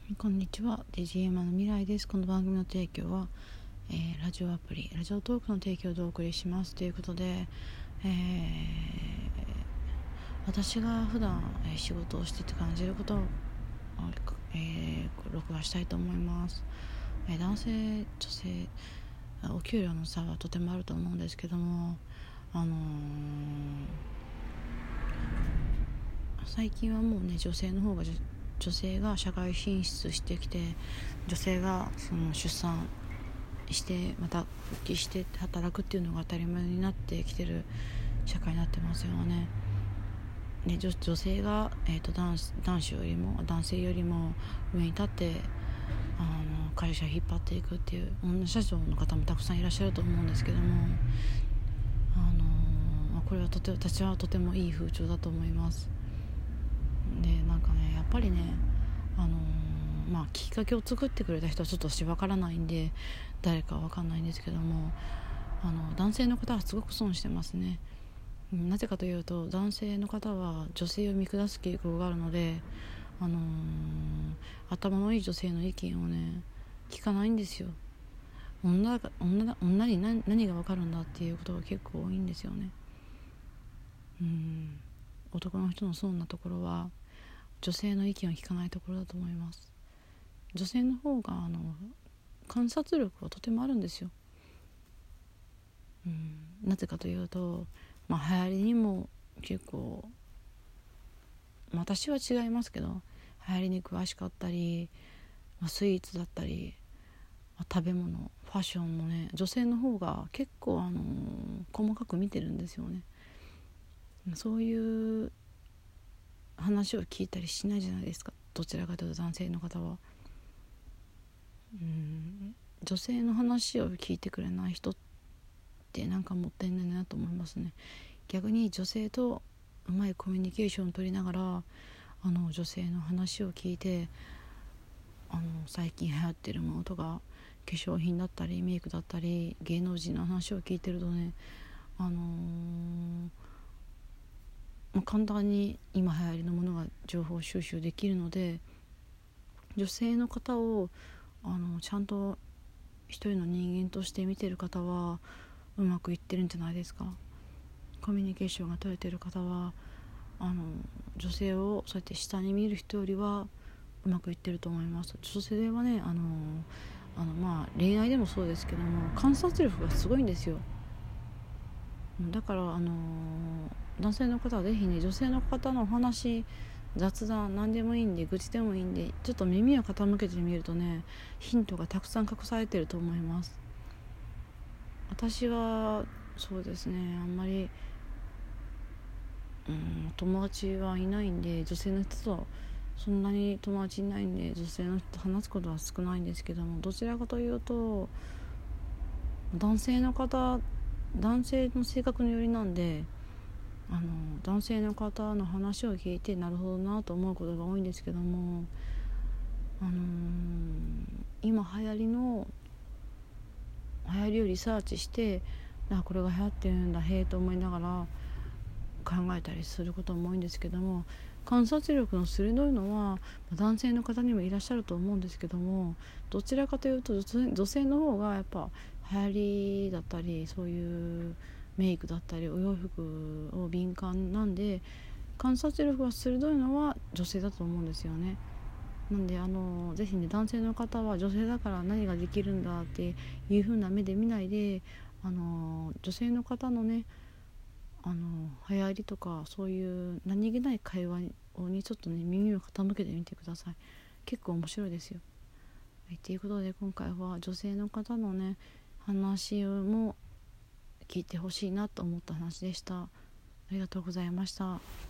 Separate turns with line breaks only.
こんにちは、DGM の未来です。この番組の提供は、ラジオアプリラジオトークの提供でお送りしますということで、私が普段、仕事をしてて感じることを、録画したいと思います。男性女性お給料の差はとてもあると思うんですけども、最近はもうね、女性が社会進出してきて、女性がその出産してまた復帰して働くっていうのが当たり前になってきてる社会になってますよね。で 女性が、男性よりも上に立って会社を引っ張っていくっていう女社長の方もたくさんいらっしゃると思うんですけども、これは私はとてもいい風潮だと思います。でなんかね、やっぱりね、きっかけを作ってくれた人はちょっと私分からないんで誰かは分かんないんですけども、男性の方はすごく損してますね。なぜかというと、男性の方は女性を見下す傾向があるので、頭のいい女性の意見をね聞かないんですよ。女に何が分かるんだっていうことが結構多いんですよね。男の人の損なところは女性の意見を聞かないところだと思います。女性の方が観察力はとてもあるんですよ。なぜかというと、流行りにも結構、私は違いますけど流行りに詳しかったり、スイーツだったり、食べ物、ファッションもね、女性の方が結構細かく見てるんですよね。そういう話を聞いたりしないじゃないですか、どちらかというと男性の方は。女性の話を聞いてくれない人ってなんかもったいないなと思いますね。逆に女性とうまいコミュニケーションを取りながら女性の話を聞いて、最近流行ってるものとか化粧品だったりメイクだったり芸能人の話を聞いてるとね、簡単に今流行りのものが情報収集できるので、女性の方をちゃんと一人の人間として見てる方はうまくいってるんじゃないですか。コミュニケーションが取れてる方は女性をそうやって下に見る人よりはうまくいってると思います。女性はね、恋愛でもそうですけども観察力がすごいんですよ。だから男性の方はぜひね、女性の方のお話、雑談何でもいいんで、愚痴でもいいんで、ちょっと耳を傾けてみるとね、ヒントがたくさん隠されてると思います。私はそうですね、あんまり友達はいないんで、女性の人とそんなに友達いないんで女性の人と話すことは少ないんですけども、どちらかというと男性の性格によりなんで、男性の方の話を聞いてなるほどなと思うことが多いんですけども、今流行りをリサーチして、これが流行ってるんだへえと思いながら考えたりすることも多いんですけども、観察力の鋭いのは男性の方にもいらっしゃると思うんですけども、どちらかというと女性の方がやっぱ流行りだったり、そういうメイクだったりお洋服を敏感なんで、観察力が鋭いのは女性だと思うんですよね。なんでぜひね、男性の方は女性だから何ができるんだっていう風な目で見ないで、女性の方のね、流行りとかそういう何気ない会話にちょっとね耳を傾けてみてください。結構面白いですよ。はい、ということで今回は女性の方のね話も聞いてほしいなと思った話でした。ありがとうございました。